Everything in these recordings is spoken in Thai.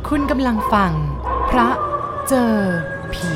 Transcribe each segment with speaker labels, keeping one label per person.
Speaker 1: คุณกำลังฟังพระเจอผี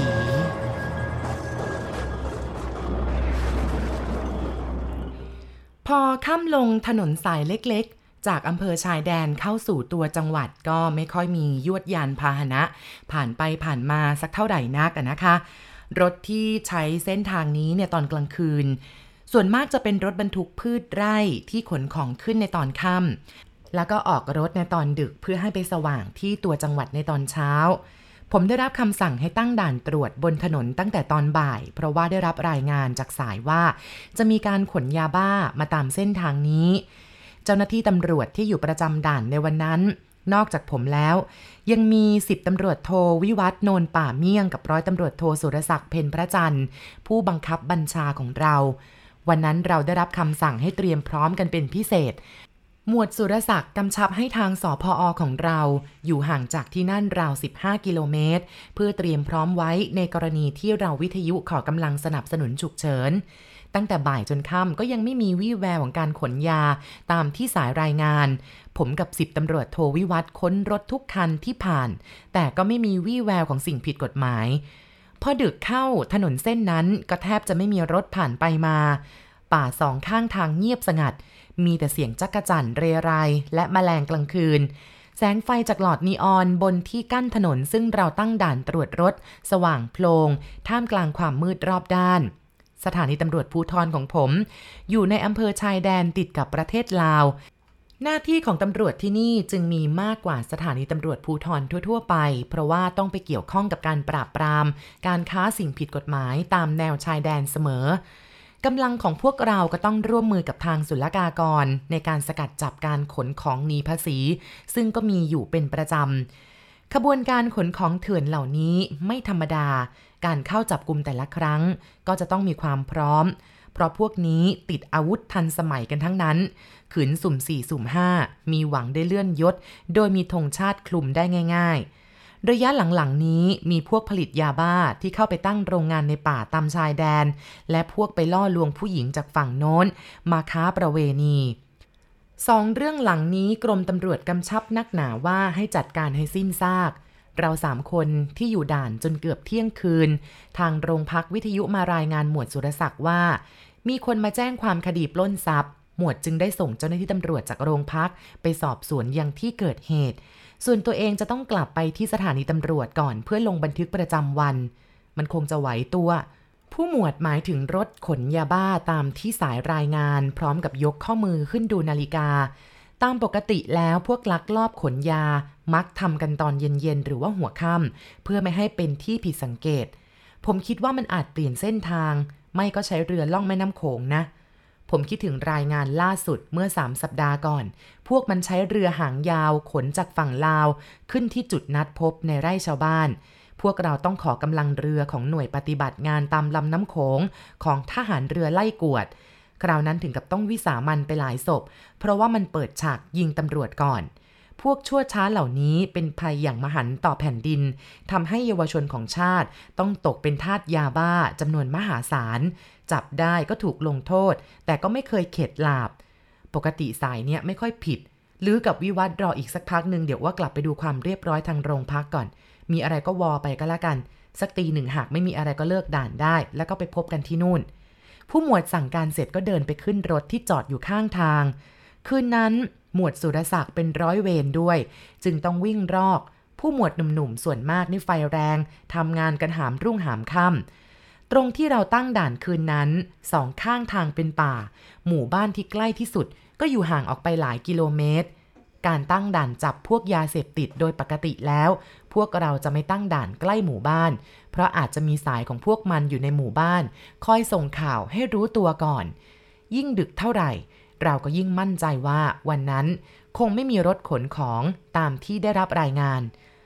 Speaker 1: พอค่ำลงถนนสายเล็กๆจากอำเภอชายแดนเข้าสู่ตัวจังหวัดก็ไม่ค่อยมียวดยานพาหนะผ่านไปผ่านมาสักเท่าไหร่นักนะคะรถที่ใช้เส้นทางนี้เนี่ยตอนกลางคืนส่วนมากจะเป็นรถบรรทุกพืชไร่ที่ขนของขึ้นในตอนค่ำแล้วก็ออกรถในตอนดึกเพื่อให้ไปสว่างที่ตัวจังหวัดในตอนเช้าผมได้รับคำสั่งให้ตั้งด่านตรวจบนถนนตั้งแต่ตอนบ่ายเพราะว่าได้รับรายงานจากสายว่าจะมีการขนยาบ้ามาตามเส้นทางนี้เจ้าหน้าที่ตำรวจที่อยู่ประจำด่านในวันนั้นนอกจากผมแล้วยังมี10ตำรวจโทวิวัฒน์โนนป่าเมี่ยงกับร้อยตำรวจโทสุรศักดิ์เพ็ญพระจันทร์ผู้บังคับบัญชาของเราวันนั้นเราได้รับคำสั่งให้เตรียมพร้อมกันเป็นพิเศษหมวดสุรศักดิ์กำชับให้ทางสผอ.ของเราอยู่ห่างจากที่นั่นราว15กิโลเมตรเพื่อเตรียมพร้อมไว้ในกรณีที่เราวิทยุขอกำลังสนับสนุนฉุกเฉินตั้งแต่บ่ายจนค่ำก็ยังไม่มีวี่แววของการขนยาตามที่สายรายงานผมกับ10ตำรวจโทวิวัฒน์ค้นรถทุกคันที่ผ่านแต่ก็ไม่มีวี่แววของสิ่งผิดกฎหมายพอดึกเข้าถนนเส้นนั้นก็แทบจะไม่มีรถผ่านไปมาป่าสองข้างทางเงียบสงัดมีแต่เสียงจักจั่นเรไรและแมลงกลางคืนแสงไฟจากหลอดนีออนบนที่กั้นถนนซึ่งเราตั้งด่านตรวจรถสว่างโพลงท่ามกลางความมืดรอบด้านสถานีตำรวจภูธรของผมอยู่ในอำเภอชายแดนติดกับประเทศลาวหน้าที่ของตำรวจที่นี่จึงมีมากกว่าสถานีตำรวจภูธรทั่วๆไปเพราะว่าต้องไปเกี่ยวข้องกับการปราบปรามการค้าสิ่งผิดกฎหมายตามแนวชายแดนเสมอกำลังของพวกเราก็ต้องร่วมมือกับทางศุลกากรในการสกัดจับการขนของหนีภาษีซึ่งก็มีอยู่เป็นประจำขบวนการขนของเถื่อนเหล่านี้ไม่ธรรมดาการเข้าจับกุมแต่ละครั้งก็จะต้องมีความพร้อมเพราะพวกนี้ติดอาวุธทันสมัยกันทั้งนั้นขืนสุ่ม4สุ่ม5มีหวังได้เลื่อนยศโดยมีธงชาติคลุมได้ง่ายๆระยะหลังๆนี้มีพวกผลิตยาบ้าที่เข้าไปตั้งโรงงานในป่าตามชายแดนและพวกไปล่อลวงผู้หญิงจากฝั่งโน้นมาค้าประเวณี2เรื่องหลังนี้กรมตำรวจกำชับนักหนาว่าให้จัดการให้สิ้นซากเรา3คนที่อยู่ด่านจนเกือบเที่ยงคืนทางโรงพักวิทยุมารายงานหมวดสุรศักดิ์ว่ามีคนมาแจ้งความคดีปล้นทรัพย์หมวดจึงได้ส่งเจ้าหน้าที่ตำรวจจากโรงพักไปสอบสวนยังที่เกิดเหตุส่วนตัวเองจะต้องกลับไปที่สถานีตำรวจก่อนเพื่อลงบันทึกประจำวันมันคงจะไหวตัวผู้หมวดหมายถึงรถขนยาบ้าตามที่สายรายงานพร้อมกับยกข้อมือขึ้นดูนาฬิกาตามปกติแล้วพวกลักลอบขนยามักทำกันตอนเย็นๆหรือว่าหัวค่ำเพื่อไม่ให้เป็นที่ผิดสังเกตผมคิดว่ามันอาจเปลี่ยนเส้นทางไม่ก็ใช้เรือล่องแม่น้ำโขงนะผมคิดถึงรายงานล่าสุดเมื่อ3สัปดาห์ก่อนพวกมันใช้เรือหางยาวขนจากฝั่งลาวขึ้นที่จุดนัดพบในไร่ชาวบ้านพวกเราต้องขอกำลังเรือของหน่วยปฏิบัติงานตามลำน้ำโขงของทหารเรือไล่กวดคราวนั้นถึงกับต้องวิสามันไปหลายศพเพราะว่ามันเปิดฉากยิงตำรวจก่อนพวกชั่วช้าเหล่านี้เป็นภัยอย่างมหันต์ต่อแผ่นดินทำให้เยาวชนของชาติต้องตกเป็นทาสยาบ้าจำนวนมหาศาลจับได้ก็ถูกลงโทษแต่ก็ไม่เคยเข็ดหลาบปกติสายเนี้ยไม่ค่อยผิดลือกับวิวัฒน์รออีกสักพักนึงเดี๋ยวว่ากลับไปดูความเรียบร้อยทางโรงพักก่อนมีอะไรก็วอไปก็แล้วกันสักตีหนึ่งหากไม่มีอะไรก็เลิกด่านได้แล้วก็ไปพบกันที่นู่นผู้หมวดสั่งการเสร็จก็เดินไปขึ้นรถที่จอดอยู่ข้างทางคืนนั้นหมวดสุรศักดิ์เป็นร้อยเวรด้วยจึงต้องวิ่งรอกผู้หมวดหนุ่มๆส่วนมากนี่ไฟแรงทำงานกันหามรุ่งหามค่ำตรงที่เราตั้งด่านคืนนั้นสองข้างทางเป็นป่าหมู่บ้านที่ใกล้ที่สุดก็อยู่ห่างออกไปหลายกิโลเมตรการตั้งด่านจับพวกยาเสพติดโดยปกติแล้วพวกเราจะไม่ตั้งด่านใกล้หมู่บ้านเพราะอาจจะมีสายของพวกมันอยู่ในหมู่บ้านคอยส่งข่าวให้รู้ตัวก่อนยิ่งดึกเท่าไหร่เราก็ยิ่งมั่นใจว่าวันนั้นคงไม่มีรถขนของตามที่ได้รับรายงาน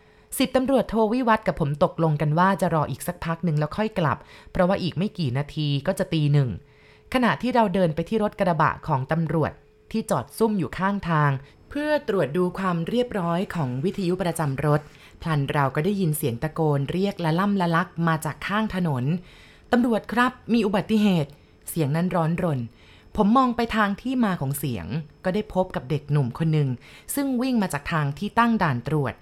Speaker 1: 10ตำรวจโทวิวัฒน์กับผมตกลงกันว่าจะรออีกสักพักหนึ่งแล้วค่อยกลับเพราะว่าอีกไม่กี่นาทีก็จะตีหนึ่งขณะที่เราเดินไปที่รถกระบะของตำรวจที่จอดซุ่มอยู่ข้างทางเพื่อตรวจดูความเรียบร้อยของวิทยุประจำรถพลันเราก็ได้ยินเสียงตะโกนเรียกละล่ำละลักมาจากข้างถนนตำรวจครับมีอุบัติเหตุเสียงนั้นร้อนรนผมมองไปทางที่มาของเสียงก็ได้พบกับเด็กหนุ่มคนหนึ่งซึ่งวิ่งมาจากทางที่ตั้งด่านตรวจ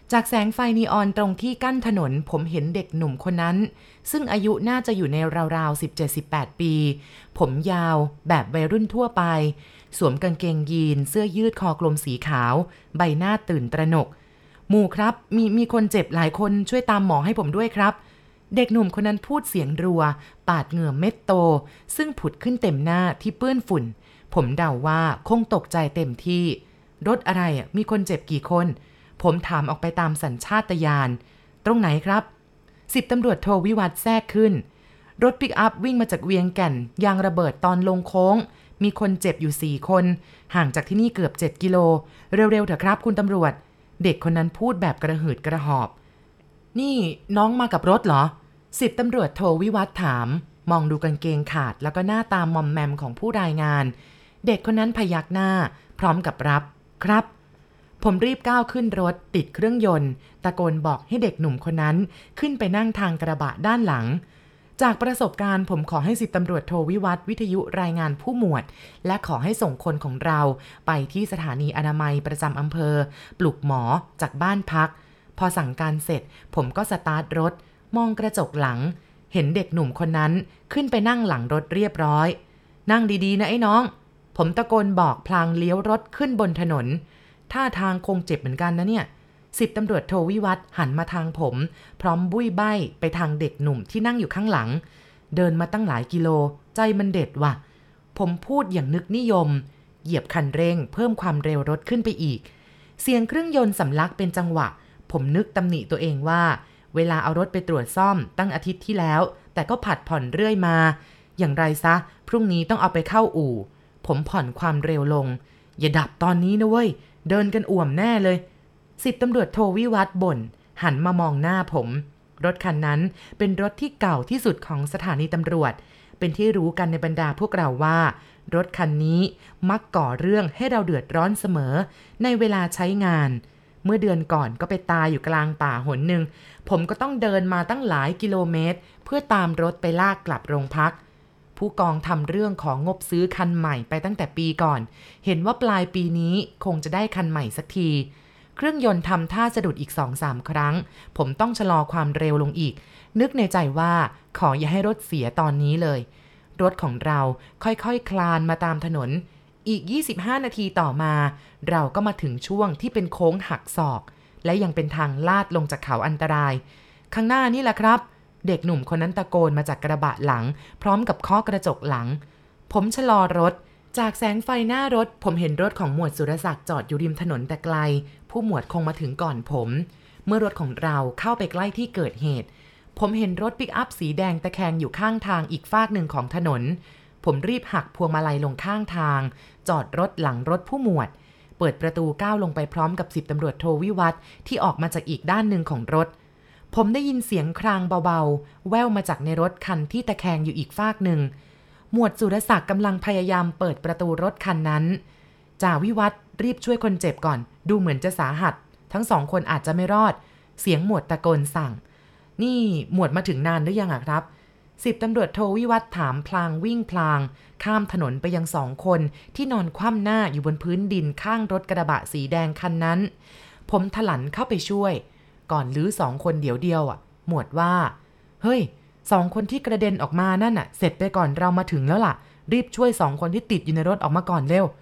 Speaker 1: จากแสงไฟนีออนตรงที่กั้นถนนผมเห็นเด็กหนุ่มคนนั้นซึ่งอายุน่าจะอยู่ในราวๆ 17-18 ปีผมยาวแบบวัยรุ่นทั่วไปสวมกางเกงยีนเสื้อยืดคอกลมสีขาวใบหน้าตื่นตระหนกหมู่ครับมีคนเจ็บหลายคนช่วยตามหมอให้ผมด้วยครับเด็กหนุ่มคนนั้นพูดเสียงรัวปาดเหงื่อเม็ดโตซึ่งผุดขึ้นเต็มหน้าที่เปื้อนฝุ่นผมเดาว่าคงตกใจเต็มที่รถอะไรมีคนเจ็บกี่คนผมถามออกไปตามสัญชาตญาณตรงไหนครับ10 ตำรวจโทวิวัฒน์แทรกขึ้นรถปิกอัพวิ่งมาจากเวียงแก่นยางระเบิดตอนลงโค้งมีคนเจ็บอยู่4 คนห่างจากที่นี่เกือบ7 กิโลเร็วๆเถอะครับคุณตำรวจเด็กคนนั้นพูดแบบกระหืดกระหอบนี่น้องมากับรถเหรอ10 ตำรวจโทวิวัฒน์ถามมองดูกางเกงขาดแล้วก็หน้าตามอมแมมของผู้รายงานเด็กคนนั้นพยักหน้าพร้อมกับรับครับผมรีบก้าวขึ้นรถติดเครื่องยนต์ตะโกนบอกให้เด็กหนุ่มคนนั้นขึ้นไปนั่งทางกระบะด้านหลังจากประสบการณ์ผมขอให้10 ตำรวจโทวิวัฒน์วิทยุรายงานผู้หมวดและขอให้ส่งคนของเราไปที่สถานีอนามัยประจำอำเภอปลุกหมอจากบ้านพักพอสั่งการเสร็จผมก็สตาร์ทรถมองกระจกหลังเห็นเด็กหนุ่มคนนั้นขึ้นไปนั่งหลังรถเรียบร้อยนั่งดีๆนะไอ้น้องผมตะโกนบอกพลางเลี้ยวรถขึ้นบนถนนท่าทางคงเจ็บเหมือนกันนะเนี่ย10 ตำรวจโทวิวัฒน์หันมาทางผมพร้อมบุ้ยใบ้ไปทางเด็กหนุ่มที่นั่งอยู่ข้างหลังเดินมาตั้งหลายกิโลใจมันเด็ดว่ะผมพูดอย่างนึกนิยมเหยียบคันเร่งเพิ่มความเร็วรถขึ้นไปอีกเสียงเครื่องยนต์สำลักเป็นจังหวะผมนึกตำหนิตัวเองว่าเวลาเอารถไปตรวจซ่อมตั้งอาทิตย์ที่แล้วแต่ก็ผัดผ่อนเรื่อยมาอย่างไรซะพรุ่งนี้ต้องเอาไปเข้าอู่ผมผ่อนความเร็วลงอย่าดับตอนนี้นะเว้ยเดินกันอ่วมแน่เลย10 ตำรวจโทวิวัฒน์บ่นหันมามองหน้าผมรถคันนั้นเป็นรถที่เก่าที่สุดของสถานีตำรวจเป็นที่รู้กันในบรรดาพวกเราว่ารถคันนี้มักก่อเรื่องให้เราเดือดร้อนเสมอในเวลาใช้งานเมื่อเดือนก่อนก็ไปตายอยู่กลางป่าหนหนึ่งผมก็ต้องเดินมาตั้งหลายกิโลเมตรเพื่อตามรถไปลากกลับโรงพักผู้กองทำเรื่องของงบซื้อคันใหม่ไปตั้งแต่ปีก่อนเห็นว่าปลายปีนี้คงจะได้คันใหม่สักทีเครื่องยนต์ทำท่าสะดุดอีก 2-3 ครั้งผมต้องชะลอความเร็วลงอีกนึกในใจว่าขออย่าให้รถเสียตอนนี้เลยรถของเราค่อยๆ คลานมาตามถนนอีก25 นาทีต่อมาเราก็มาถึงช่วงที่เป็นโค้งหักศอกและยังเป็นทางลาดลงจากเขาอันตรายข้างหน้านี่แหละครับเด็กหนุ่มคนนั้นตะโกนมาจากกระบะหลังพร้อมกับเคาะกระจกหลังผมชะลอรถจากแสงไฟหน้ารถผมเห็นรถของหมวดสุรศักดิ์จอดอยู่ริมถนนแต่ไกลผู้หมวดคงมาถึงก่อนผมเมื่อรถของเราเข้าไปใกล้ที่เกิดเหตุผมเห็นรถปิกอัพสีแดงตะแคงอยู่ข้างทางอีกฟากหนึ่งของถนนผมรีบหักพวงมาลัยลงข้างทางจอดรถหลังรถผู้หมวดเปิดประตูก้าวลงไปพร้อมกับ10 ตำรวจโทวิวัฒน์ที่ออกมาจากอีกด้านหนึ่งของรถผมได้ยินเสียงครางเบาๆแว่วมาจากในรถคันที่ตะแคงอยู่อีกฟากหนึ่งหมวดสุรศักดิ์กำลังพยายามเปิดประตูรถคันนั้นจ่าวิวัฒน์รีบช่วยคนเจ็บก่อนดูเหมือนจะสาหัสทั้ง2 คนอาจจะไม่รอดเสียงหมวดตะโกนสั่งนี่หมวดมาถึงนานหรือยังครับ10 ตำรวจโทวิวัฒน์ถามพลางวิ่งพลางข้ามถนนไปยัง2 คนที่นอนคว่ำหน้าอยู่บนพื้นดินข้างรถกระบะสีแดงคันนั้นผมถลันเข้าไปช่วยก่อนลื้อ2 คนเดียวหมวดว่าเฮ้ย2 คนที่กระเด็นออกมานั่นเสร็จไปก่อนเรามาถึงแล้วล่ะรีบช่วย2 คนที่ติดอยู่ในรถออกมาก่อนเร็ว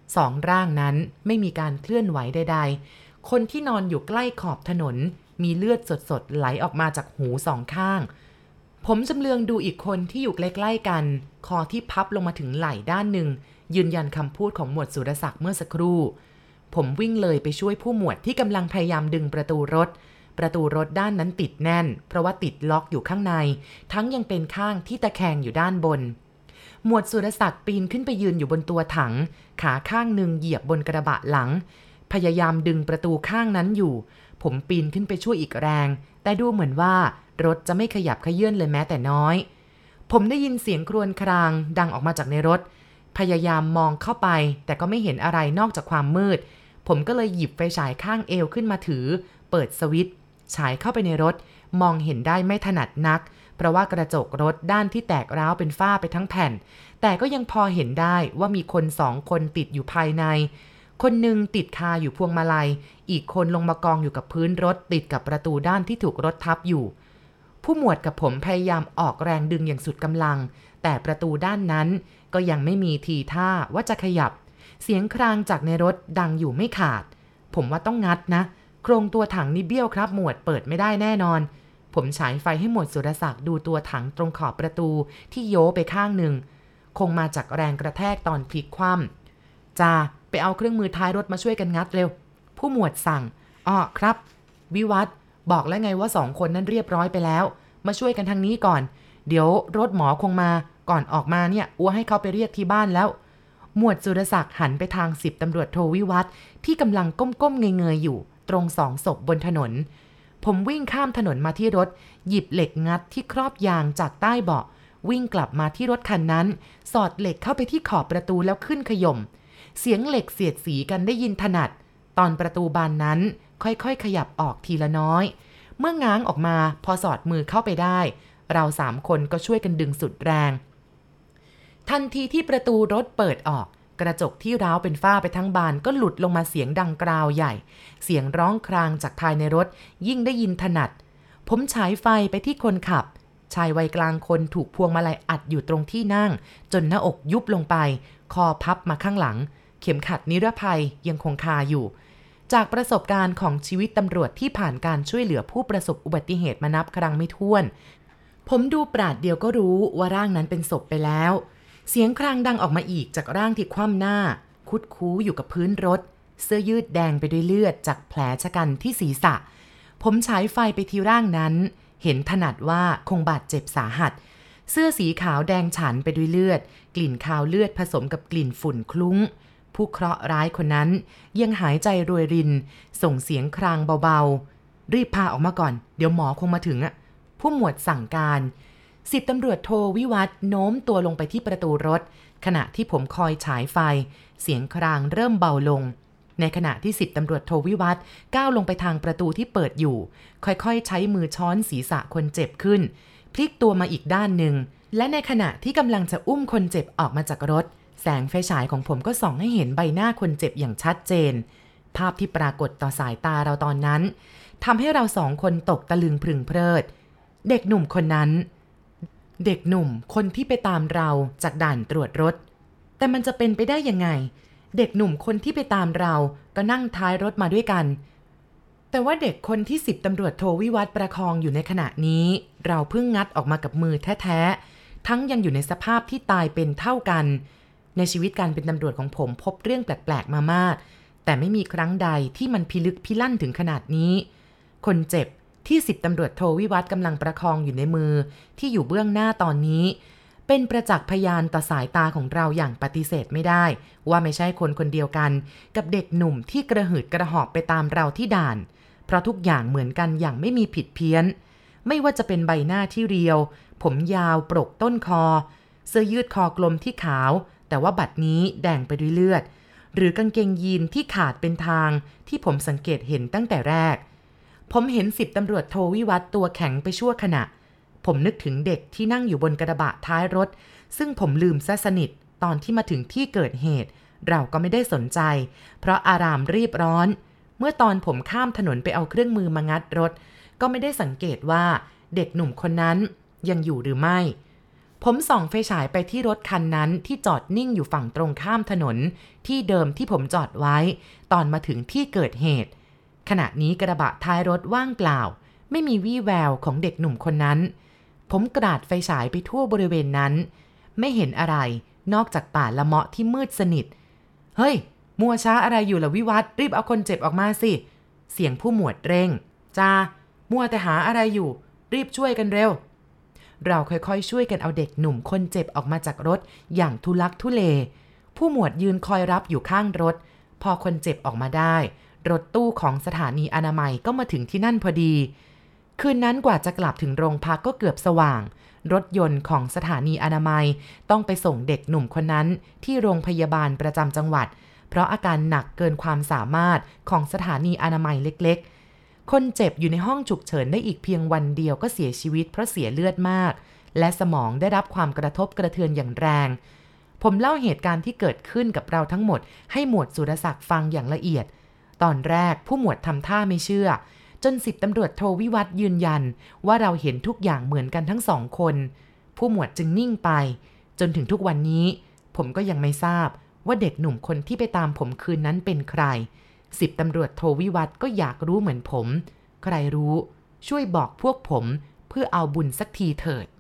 Speaker 1: 2 ร่างนั้นไม่มีการเคลื่อนไหวใดๆคนที่นอนอยู่ใกล้ขอบถนนมีเลือดสดๆไหลออกมาจากหู2 ข้างผมจำเลืองดูอีกคนที่อยู่ใกล้ๆกันคอที่พับลงมาถึงไหล่ด้านหนึ่งยืนยันคำพูดของหมวดสุรศักดิ์เมื่อสักครู่ผมวิ่งเลยไปช่วยผู้หมวดที่กำลังพยายามดึงประตูรถด้านนั้นติดแน่นเพราะว่าติดล็อกอยู่ข้างในทั้งยังเป็นข้างที่ตะแคงอยู่ด้านบนหมวดสุรศักดิ์ปีนขึ้นไปยืนอยู่บนตัวถังขาข้างหนึ่งเหยียบบนกระบะหลังพยายามดึงประตูข้างนั้นอยู่ผมปีนขึ้นไปช่วยอีกแรงแต่ดูเหมือนว่ารถจะไม่ขยับเขยื้อนเลยแม้แต่น้อยผมได้ยินเสียงครวญครางดังออกมาจากในรถพยายามมองเข้าไปแต่ก็ไม่เห็นอะไรนอกจากความมืดผมก็เลยหยิบไฟฉายข้างเอวขึ้นมาถือเปิดสวิตช์ฉายเข้าไปในรถมองเห็นได้ไม่ถนัดนักเพราะว่ากระจกรถด้านที่แตกร้าวเป็นฝ้าไปทั้งแผ่นแต่ก็ยังพอเห็นได้ว่ามีคน2 คนติดอยู่ภายในคนหนึ่งติดคาอยู่พวงมาลัยอีกคนลงมากองอยู่กับพื้นรถติดกับประตูด้านที่ถูกรถทับอยู่ผู้หมวดกับผมพยายามออกแรงดึงอย่างสุดกำลังแต่ประตูด้านนั้นก็ยังไม่มีทีท่าว่าจะขยับเสียงครางจากในรถดังอยู่ไม่ขาดผมว่าต้องงัดนะโครงตัวถังนี่เบี้ยวครับหมวดเปิดไม่ได้แน่นอนผมฉายไฟให้หมวดสุรศักดิ์ดูตัวถังตรงขอบประตูที่โยไปข้างหนึ่งคงมาจากแรงกระแทกตอนพลิกคว่ำจ่าไปเอาเครื่องมือท้ายรถมาช่วยกันงัดเร็วผู้หมวดสั่งครับวิวัฒน์บอกแล้วไงว่า2 คนนั้นเรียบร้อยไปแล้วมาช่วยกันทางนี้ก่อนเดี๋ยวรถหมอคงมาก่อนออกมาเนี่ยอัวให้เขาไปเรียกที่บ้านแล้วหมวดสุรศักดิ์หันไปทาง10 ตำรวจโทวิวัฒน์ที่กำลังก้มๆเงยๆอยู่ตรง2 ศพบนถนนผมวิ่งข้ามถนนมาที่รถหยิบเหล็กงัดที่ครอบยางจากใต้เบาะวิ่งกลับมาที่รถคันนั้นสอดเหล็กเข้าไปที่ขอบประตูแล้วขึ้นขย่มเสียงเหล็กเสียดสีกันได้ยินถนัดตอนประตูบานนั้นค่อยๆขยับออกทีละน้อยเมื่อง้างออกมาพอสอดมือเข้าไปได้เรา3 คนก็ช่วยกันดึงสุดแรงทันทีที่ประตูรถเปิดออกกระจกที่ร้าวเป็นฝ้าไปทั้งบานก็หลุดลงมาเสียงดังกราวใหญ่เสียงร้องครางจากภายในรถยิ่งได้ยินถนัดผมฉายไฟไปที่คนขับชายวัยกลางคนถูกพวงมาลัยอัดอยู่ตรงที่นั่งจนหน้าอกยุบลงไปคอพับมาข้างหลังเข็มขัดนิรภัยยังคงคาอยู่จากประสบการณ์ของชีวิตตำรวจที่ผ่านการช่วยเหลือผู้ประสบอุบัติเหตุมานับครั้งไม่ถ้วนผมดูปราดเดียวก็รู้ว่าร่างนั้นเป็นศพไปแล้วเสียงครางดังออกมาอีกจากร่างที่คว่ำหน้าคุดคู้อยู่กับพื้นรถเสื้อยืดแดงไปด้วยเลือดจากแผลชะกันที่ศีรษะผมฉายไฟไปที่ร่างนั้นเห็นถนัดว่าคงบาดเจ็บสาหัสเสื้อสีขาวแดงฉานไปด้วยเลือดกลิ่นคาวเลือดผสมกับกลิ่นฝุ่นคลุ้งผู้เคราะห์ร้ายคนนั้นยังหายใจรวยรินส่งเสียงครางเบาๆรีบพาออกมาก่อนเดี๋ยวหมอคงมาถึงผู้หมวดสั่งการ10 ตำรวจโทวิวัฒน์โน้มตัวลงไปที่ประตูรถขณะที่ผมคอยฉายไฟเสียงครางเริ่มเบาลงในขณะที่10 ตำรวจโทวิวัฒน์ก้าวลงไปทางประตูที่เปิดอยู่ค่อยๆใช้มือช้อนศีรษะคนเจ็บขึ้นพลิกตัวมาอีกด้านหนึ่งและในขณะที่กำลังจะอุ้มคนเจ็บออกมาจากรถแสงไฟฉายของผมก็ส่องให้เห็นใบหน้าคนเจ็บอย่างชัดเจนภาพที่ปรากฏต่อสายตาเราตอนนั้นทำให้เรา2 คนตกตะลึงพรึงเพลิดเด็กหนุ่มคนนั้นเด็กหนุ่มคนที่ไปตามเราจากด่านตรวจรถแต่มันจะเป็นไปได้ยังไงเด็กหนุ่มคนที่ไปตามเราก็นั่งท้ายรถมาด้วยกันแต่ว่าเด็กคนที่10 ตำรวจโทวิวัฒน์ประคองอยู่ในขณะนี้เราเพิ่งงัดออกมากับมือแท้ๆทั้งยังอยู่ในสภาพที่ตายเป็นเท่ากันในชีวิตการเป็นตำรวจของผมพบเรื่องแปลกๆมามากแต่ไม่มีครั้งใดที่มันพิลึกพิลั่นถึงขนาดนี้คนเจ็บที่10 ตำรวจโทวิวัฒน์กำลังประคองอยู่ในมือที่อยู่เบื้องหน้าตอนนี้เป็นประจักษ์พยานต่อสายตาของเราอย่างปฏิเสธไม่ได้ว่าไม่ใช่คนคนเดียวกันกับเด็กหนุ่มที่กระหืดกระหอบไปตามเราที่ด่านเพราะทุกอย่างเหมือนกันอย่างไม่มีผิดเพี้ยนไม่ว่าจะเป็นใบหน้าที่เรียวผมยาวปรกต้นคอเสื้อยืดคอกลมที่ขาวแต่ว่าบัดนี้แดงไปด้วยเลือดหรือกางเกงยีนที่ขาดเป็นทางที่ผมสังเกตเห็นตั้งแต่แรกผมเห็น10 ตำรวจโทวิวัฒน์ตัวแข็งไปชั่วขณะผมนึกถึงเด็กที่นั่งอยู่บนกระบะท้ายรถซึ่งผมลืมซะสนิทตอนที่มาถึงที่เกิดเหตุเราก็ไม่ได้สนใจเพราะอารามรีบร้อนเมื่อตอนผมข้ามถนนไปเอาเครื่องมือมางัดรถก็ไม่ได้สังเกตว่าเด็กหนุ่มคนนั้นยังอยู่หรือไม่ผมส่องไฟฉายไปที่รถคันนั้นที่จอดนิ่งอยู่ฝั่งตรงข้ามถนนที่เดิมที่ผมจอดไว้ตอนมาถึงที่เกิดเหตุขณะนี้กระบะท้ายรถว่างเปล่าไม่มีวี่แววของเด็กหนุ่มคนนั้นผมกราดไฟฉายไปทั่วบริเวณนั้นไม่เห็นอะไรนอกจากป่าละเมาะที่มืดสนิทเฮ้ยมัวช้าอะไรอยู่ล่ะวิวัฒน์รีบเอาคนเจ็บออกมาสิเสียงผู้หมวดเร่งจ้ามัวแต่หาอะไรอยู่รีบช่วยกันเร็วเราค่อยๆช่วยกันเอาเด็กหนุ่มคนเจ็บออกมาจากรถอย่างทุลักทุเลผู้หมวดยืนคอยรับอยู่ข้างรถพอคนเจ็บออกมาได้รถตู้ของสถานีอนามัยก็มาถึงที่นั่นพอดีคืนนั้นกว่าจะกลับถึงโรงพักก็เกือบสว่างรถยนต์ของสถานีอนามัยต้องไปส่งเด็กหนุ่มคนนั้นที่โรงพยาบาลประจำจังหวัดเพราะอาการหนักเกินความสามารถของสถานีอนามัยเล็กๆคนเจ็บอยู่ในห้องฉุกเฉินได้อีกเพียงวันเดียวก็เสียชีวิตเพราะเสียเลือดมากและสมองได้รับความกระทบกระเทือนอย่างแรงผมเล่าเหตุการณ์ที่เกิดขึ้นกับเราทั้งหมดให้หมวดสุรศักดิ์ฟังอย่างละเอียดตอนแรกผู้หมวดทำท่าไม่เชื่อจน10ตำรวจโทวิวัฒน์ยืนยันว่าเราเห็นทุกอย่างเหมือนกันทั้งสองคนผู้หมวดจึงนิ่งไปจนถึงทุกวันนี้ผมก็ยังไม่ทราบว่าเด็กหนุ่มคนที่ไปตามผมคืนนั้นเป็นใคร10ตำรวจโทวิวัฒน์ก็อยากรู้เหมือนผมใครรู้ช่วยบอกพวกผมเพื่อเอาบุญสักทีเถิด